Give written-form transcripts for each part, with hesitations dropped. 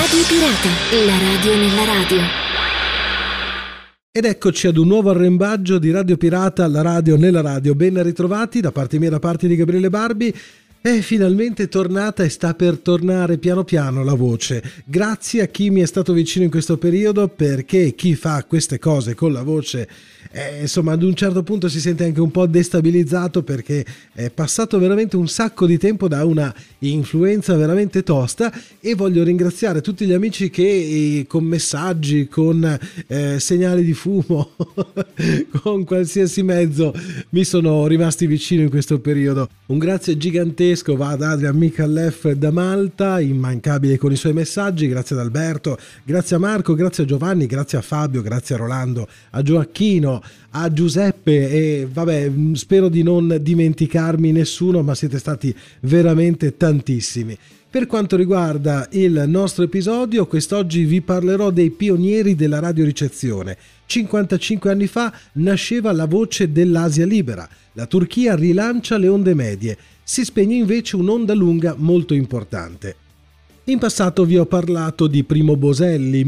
Radio Pirata, la radio nella radio. Ed eccoci ad un nuovo arrembaggio di Radio Pirata, la radio nella radio. Ben ritrovati da parte mia, da parte di Gabriele Barbi. È finalmente tornata e sta per tornare piano piano la voce. Grazie a chi mi è stato vicino in questo periodo, perché chi fa queste cose con la voce insomma ad un certo punto si sente anche un po' destabilizzato, perché è passato veramente un sacco di tempo da una influenza veramente tosta. E voglio ringraziare tutti gli amici che con messaggi, con segnali di fumo con qualsiasi mezzo mi sono rimasti vicino in questo periodo. Un grazie gigantesco va ad Adrian Micallef da Malta, immancabile con i suoi messaggi. Grazie ad Alberto, grazie a Marco, grazie a Giovanni, grazie a Fabio, grazie a Rolando, a Gioacchino, a Giuseppe e vabbè, spero di non dimenticarmi nessuno, ma siete stati veramente tantissimi. Per quanto riguarda il nostro episodio, quest'oggi vi parlerò dei pionieri della radioricezione. 55 anni fa nasceva la voce dell'Asia libera. La Turchia rilancia le onde medie. Si spegne invece un'onda lunga molto importante. In passato vi ho parlato di Primo Boselli,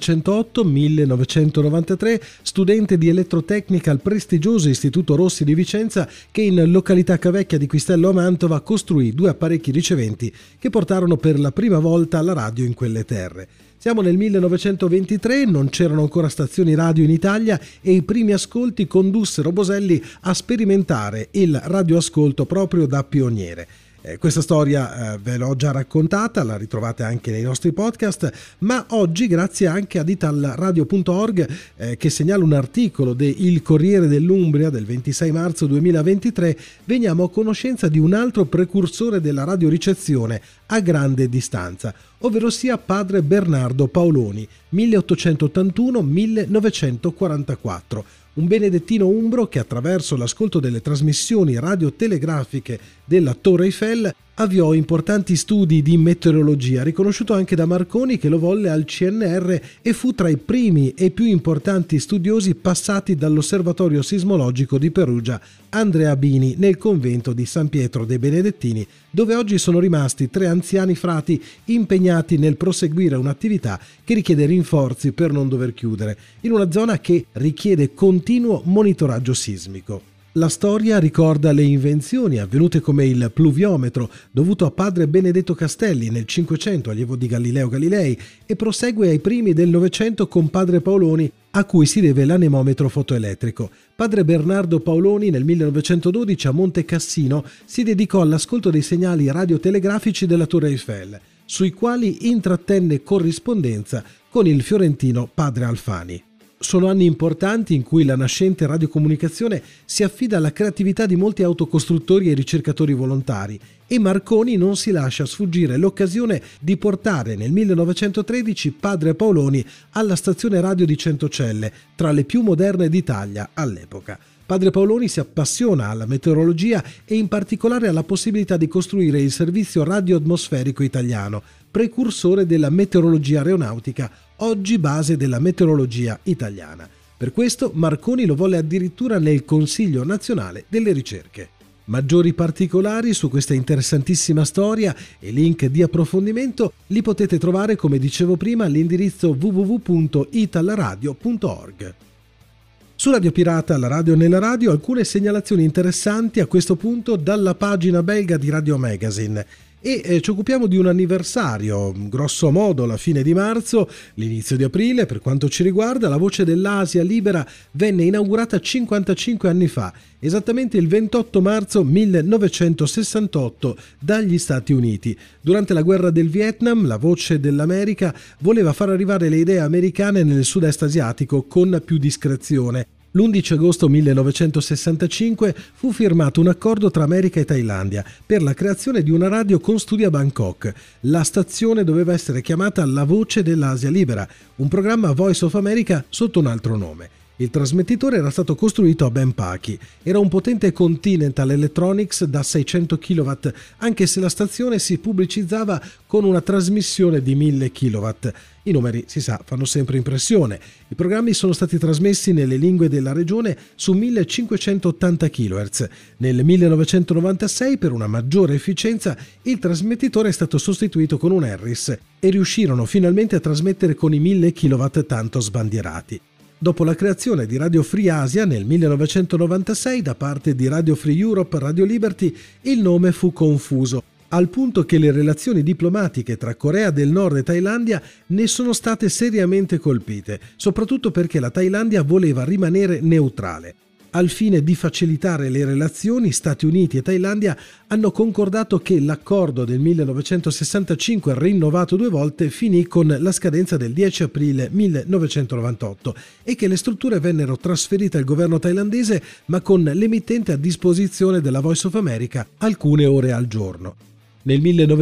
1908-1993, studente di elettrotecnica al prestigioso Istituto Rossi di Vicenza, che in località Cavecchia di Quistello a Mantova costruì 2 apparecchi riceventi che portarono per la prima volta la radio in quelle terre. Siamo nel 1923, non c'erano ancora stazioni radio in Italia e i primi ascolti condussero Boselli a sperimentare il radioascolto proprio da pioniere. Questa storia ve l'ho già raccontata, la ritrovate anche nei nostri podcast, ma oggi, grazie anche ad italradio.org, che segnala un articolo de Il Corriere dell'Umbria del 26 marzo 2023, veniamo a conoscenza di un altro precursore della radioricezione a grande distanza, ovvero sia padre Bernardo Paoloni, 1881-1944. Un benedettino umbro che attraverso l'ascolto delle trasmissioni radiotelegrafiche della Torre Eiffel avviò importanti studi di meteorologia, riconosciuto anche da Marconi, che lo volle al CNR e fu tra i primi e più importanti studiosi passati dall'Osservatorio Sismologico di Perugia, Andrea Bini, nel convento di San Pietro dei Benedettini, dove oggi sono rimasti 3 anziani frati impegnati nel proseguire un'attività che richiede rinforzi per non dover chiudere, in una zona che richiede continuo monitoraggio sismico. La storia ricorda le invenzioni avvenute come il pluviometro, dovuto a padre Benedetto Castelli nel Cinquecento, allievo di Galileo Galilei, e prosegue ai primi del Novecento con padre Paoloni, a cui si deve l'anemometro fotoelettrico. Padre Bernardo Paoloni nel 1912 a Monte Cassino si dedicò all'ascolto dei segnali radiotelegrafici della Torre Eiffel, sui quali intrattenne corrispondenza con il fiorentino padre Alfani. Sono anni importanti in cui la nascente radiocomunicazione si affida alla creatività di molti autocostruttori e ricercatori volontari, e Marconi non si lascia sfuggire l'occasione di portare nel 1913 padre Paoloni alla stazione radio di Centocelle, tra le più moderne d'Italia all'epoca. Padre Paoloni si appassiona alla meteorologia e in particolare alla possibilità di costruire il servizio radioatmosferico italiano, precursore della meteorologia aeronautica, oggi base della meteorologia italiana. Per questo Marconi lo volle addirittura nel Consiglio Nazionale delle Ricerche. Maggiori particolari su questa interessantissima storia e link di approfondimento li potete trovare, come dicevo prima, all'indirizzo www.italradio.org. Su Radio Pirata, la radio nella radio, alcune segnalazioni interessanti a questo punto dalla pagina belga di Radio Magazine. E ci occupiamo di un anniversario, grosso modo la fine di marzo, l'inizio di aprile. Per quanto ci riguarda, la Voce dell'Asia Libera venne inaugurata 55 anni fa, esattamente il 28 marzo 1968 dagli Stati Uniti. Durante la guerra del Vietnam, la Voce dell'America voleva far arrivare le idee americane nel sud-est asiatico con più discrezione. L'11 agosto 1965 fu firmato un accordo tra America e Thailandia per la creazione di una radio con studi a Bangkok. La stazione doveva essere chiamata La Voce dell'Asia Libera, un programma Voice of America sotto un altro nome. Il trasmettitore era stato costruito a Ben Paki. Era un potente Continental Electronics da 600 kW, anche se la stazione si pubblicizzava con una trasmissione di 1000 kW. I numeri, si sa, fanno sempre impressione. I programmi sono stati trasmessi nelle lingue della regione su 1580 kHz. Nel 1996, per una maggiore efficienza, il trasmettitore è stato sostituito con un Harris e riuscirono finalmente a trasmettere con i 1000 kW tanto sbandierati. Dopo la creazione di Radio Free Asia nel 1996 da parte di Radio Free Europe Radio Liberty, il nome fu confuso, al punto che le relazioni diplomatiche tra Corea del Nord e Thailandia ne sono state seriamente colpite, soprattutto perché la Thailandia voleva rimanere neutrale. Al fine di facilitare le relazioni, Stati Uniti e Thailandia hanno concordato che l'accordo del 1965, rinnovato 2 volte, finì con la scadenza del 10 aprile 1998 e che le strutture vennero trasferite al governo thailandese, ma con l'emittente a disposizione della Voice of America alcune ore al giorno. Nel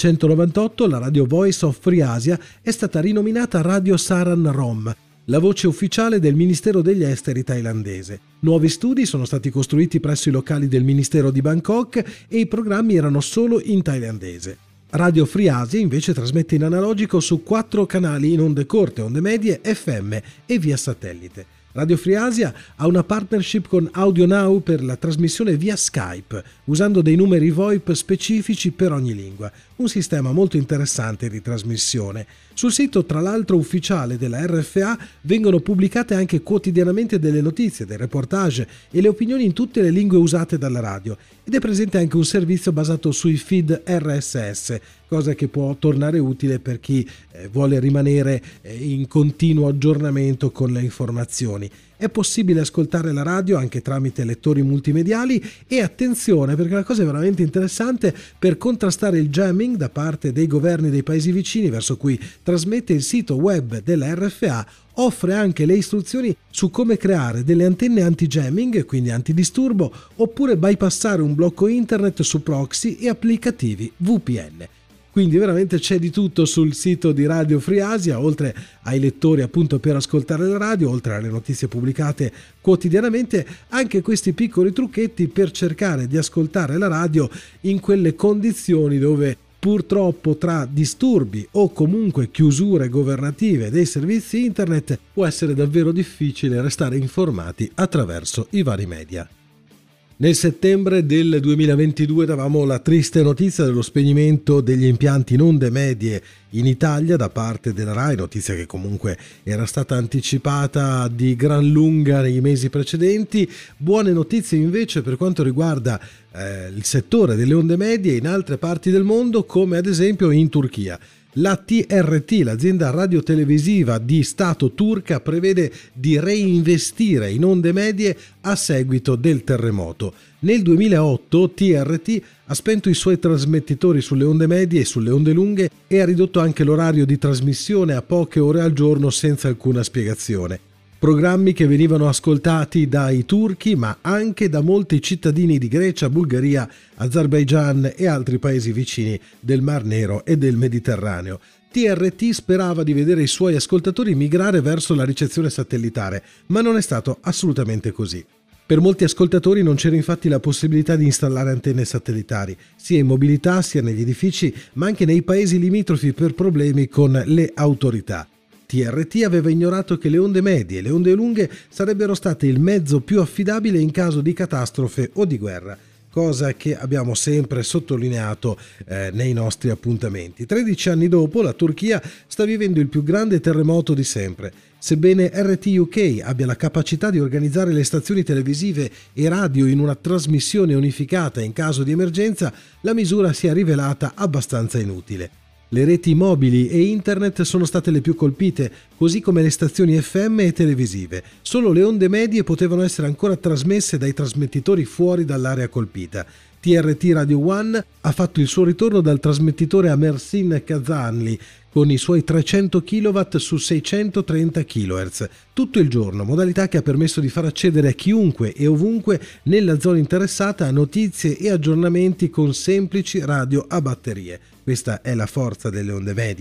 1998 la radio Voice of Free Asia è stata rinominata Radio Saran Rom, la voce ufficiale del Ministero degli Esteri thailandese. Nuovi studi sono stati costruiti presso i locali del Ministero di Bangkok e i programmi erano solo in thailandese. Radio Free Asia invece trasmette in analogico su 4 canali in onde corte, onde medie, FM e via satellite. Radio Free Asia ha una partnership con AudioNow per la trasmissione via Skype, usando dei numeri VoIP specifici per ogni lingua, un sistema molto interessante di trasmissione. Sul sito, tra l'altro ufficiale della RFA, vengono pubblicate anche quotidianamente delle notizie, dei reportage e le opinioni in tutte le lingue usate dalla radio, ed è presente anche un servizio basato sui feed RSS, cosa che può tornare utile per chi vuole rimanere in continuo aggiornamento con le informazioni. È possibile ascoltare la radio anche tramite lettori multimediali e attenzione, perché la cosa è veramente interessante: per contrastare il jamming da parte dei governi dei paesi vicini verso cui trasmette il sito web della RFA, offre anche le istruzioni su come creare delle antenne anti-jamming, quindi antidisturbo, oppure bypassare un blocco internet su proxy e applicativi VPN. Quindi veramente c'è di tutto sul sito di Radio Free Asia, oltre ai lettori appunto per ascoltare la radio, oltre alle notizie pubblicate quotidianamente, anche questi piccoli trucchetti per cercare di ascoltare la radio in quelle condizioni dove purtroppo tra disturbi o comunque chiusure governative dei servizi internet può essere davvero difficile restare informati attraverso i vari media. Nel settembre del 2022 davamo la triste notizia dello spegnimento degli impianti in onde medie in Italia da parte della RAI, notizia che comunque era stata anticipata di gran lunga nei mesi precedenti. Buone notizie invece per quanto riguarda il settore delle onde medie in altre parti del mondo, come ad esempio in Turchia. La TRT, l'azienda radiotelevisiva di Stato turca, prevede di reinvestire in onde medie a seguito del terremoto. Nel 2008 TRT ha spento i suoi trasmettitori sulle onde medie e sulle onde lunghe e ha ridotto anche l'orario di trasmissione a poche ore al giorno senza alcuna spiegazione. Programmi che venivano ascoltati dai turchi, ma anche da molti cittadini di Grecia, Bulgaria, Azerbaigian e altri paesi vicini del Mar Nero e del Mediterraneo. TRT sperava di vedere i suoi ascoltatori migrare verso la ricezione satellitare, ma non è stato assolutamente così. Per molti ascoltatori non c'era infatti la possibilità di installare antenne satellitari, sia in mobilità sia negli edifici, ma anche nei paesi limitrofi per problemi con le autorità. TRT aveva ignorato che le onde medie e le onde lunghe sarebbero state il mezzo più affidabile in caso di catastrofe o di guerra, cosa che abbiamo sempre sottolineato nei nostri appuntamenti. 13 anni dopo, la Turchia sta vivendo il più grande terremoto di sempre. Sebbene RT UK abbia la capacità di organizzare le stazioni televisive e radio in una trasmissione unificata in caso di emergenza, la misura si è rivelata abbastanza inutile. Le reti mobili e internet sono state le più colpite, così come le stazioni FM e televisive. Solo le onde medie potevano essere ancora trasmesse dai trasmettitori fuori dall'area colpita. TRT Radio One ha fatto il suo ritorno dal trasmettitore a Mersin Kazanli con i suoi 300 kW su 630 kHz tutto il giorno, modalità che ha permesso di far accedere a chiunque e ovunque nella zona interessata a notizie e aggiornamenti con semplici radio a batterie. Questa è la forza delle onde medie.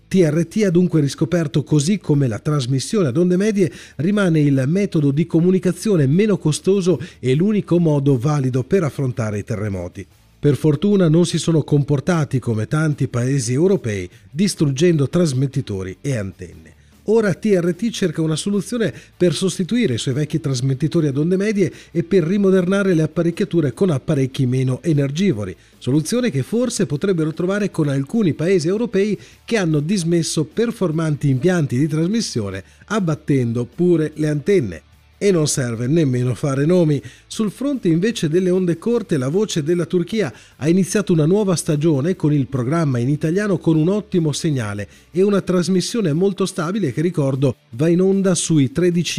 TRT ha dunque riscoperto, così come la trasmissione ad onde medie, rimane il metodo di comunicazione meno costoso e l'unico modo valido per affrontare i terremoti. Per fortuna non si sono comportati come tanti paesi europei, distruggendo trasmettitori e antenne. Ora TRT cerca una soluzione per sostituire i suoi vecchi trasmettitori ad onde medie e per rimodernare le apparecchiature con apparecchi meno energivori, soluzione che forse potrebbero trovare con alcuni paesi europei che hanno dismesso performanti impianti di trasmissione, abbattendo pure le antenne. E non serve nemmeno fare nomi. Sul fronte invece delle onde corte, la Voce della Turchia ha iniziato una nuova stagione con il programma in italiano con un ottimo segnale e una trasmissione molto stabile che, ricordo, va in onda sui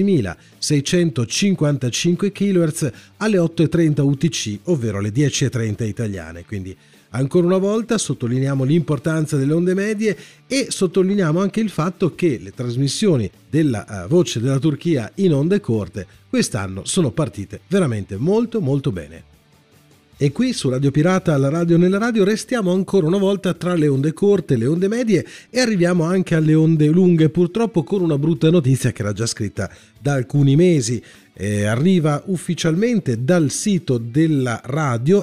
13.655 kHz alle 8.30 UTC, ovvero le 10.30 italiane, quindi ancora una volta sottolineiamo l'importanza delle onde medie e sottolineiamo anche il fatto che le trasmissioni della Voce della Turchia in onde corte quest'anno sono partite veramente molto bene. E qui su Radio Pirata, alla radio nella radio, restiamo ancora una volta tra le onde corte e le onde medie e arriviamo anche alle onde lunghe, purtroppo con una brutta notizia che era già scritta da alcuni mesi. Arriva ufficialmente dal sito della radio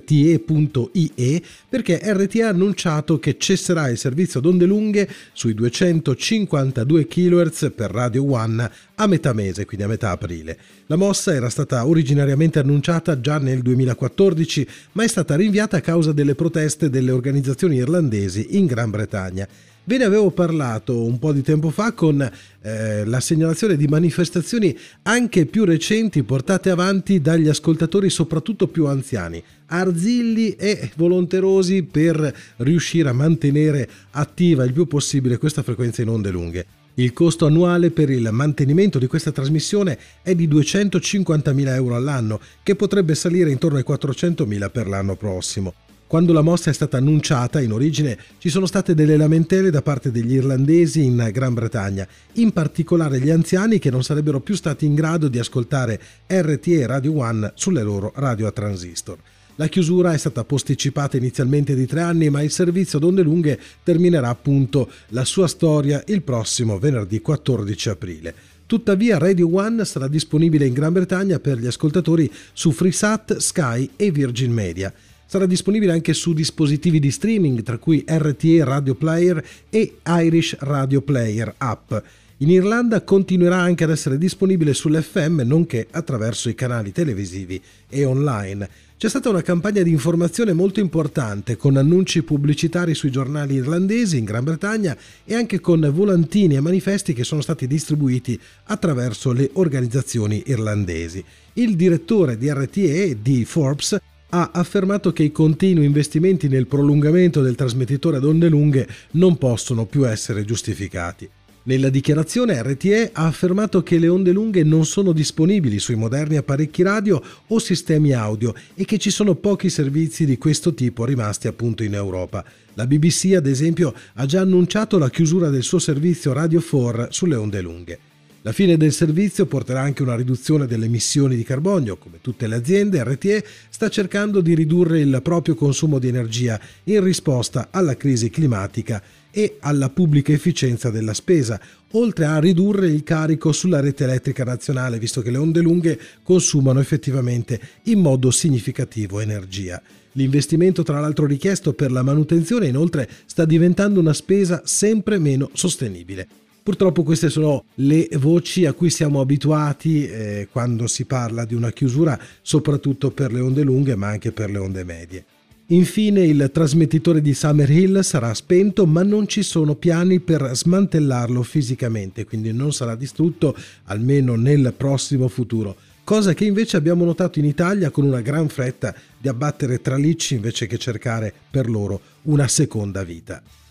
rte.ie, perché RTE ha annunciato che cesserà il servizio ad onde lunghe sui 252 kHz per Radio One a metà mese, quindi a metà aprile. La mossa era stata originariamente annunciata già nel 2014, ma è stata rinviata a causa delle proteste delle organizzazioni irlandesi in Gran Bretagna. Ve ne avevo parlato un po' di tempo fa con la segnalazione di manifestazioni anche più recenti portate avanti dagli ascoltatori, soprattutto più anziani, arzilli e volonterosi per riuscire a mantenere attiva il più possibile questa frequenza in onde lunghe. Il costo annuale per il mantenimento di questa trasmissione è di 250.000 euro all'anno, che potrebbe salire intorno ai 400.000 per l'anno prossimo. Quando la mossa è stata annunciata, in origine ci sono state delle lamentele da parte degli irlandesi in Gran Bretagna, in particolare gli anziani che non sarebbero più stati in grado di ascoltare RTE Radio One sulle loro radio a transistor. La chiusura è stata posticipata inizialmente di 3 anni, ma il servizio ad onde lunghe terminerà appunto la sua storia il prossimo venerdì 14 aprile. Tuttavia Radio One sarà disponibile in Gran Bretagna per gli ascoltatori su Freesat, Sky e Virgin Media. Sarà disponibile anche su dispositivi di streaming, tra cui RTE Radio Player e Irish Radio Player app. In Irlanda continuerà anche ad essere disponibile sull'FM, nonché attraverso i canali televisivi e online. C'è stata una campagna di informazione molto importante, con annunci pubblicitari sui giornali irlandesi in Gran Bretagna e anche con volantini e manifesti che sono stati distribuiti attraverso le organizzazioni irlandesi. Il direttore di RTE, di Forbes, ha affermato che i continui investimenti nel prolungamento del trasmettitore ad onde lunghe non possono più essere giustificati. Nella dichiarazione RTE ha affermato che le onde lunghe non sono disponibili sui moderni apparecchi radio o sistemi audio e che ci sono pochi servizi di questo tipo rimasti appunto in Europa. La BBC, ad esempio, ha già annunciato la chiusura del suo servizio Radio 4 sulle onde lunghe. La fine del servizio porterà anche una riduzione delle emissioni di carbonio. Come tutte le aziende, RTE sta cercando di ridurre il proprio consumo di energia in risposta alla crisi climatica e alla pubblica efficienza della spesa, oltre a ridurre il carico sulla rete elettrica nazionale, visto che le onde lunghe consumano effettivamente in modo significativo energia. L'investimento, tra l'altro richiesto per la manutenzione, inoltre sta diventando una spesa sempre meno sostenibile. Purtroppo queste sono le voci a cui siamo abituati quando si parla di una chiusura, soprattutto per le onde lunghe ma anche per le onde medie. Infine il trasmettitore di Summerhill sarà spento, ma non ci sono piani per smantellarlo fisicamente, quindi non sarà distrutto almeno nel prossimo futuro. Cosa che invece abbiamo notato in Italia con una gran fretta di abbattere tralicci invece che cercare per loro una seconda vita.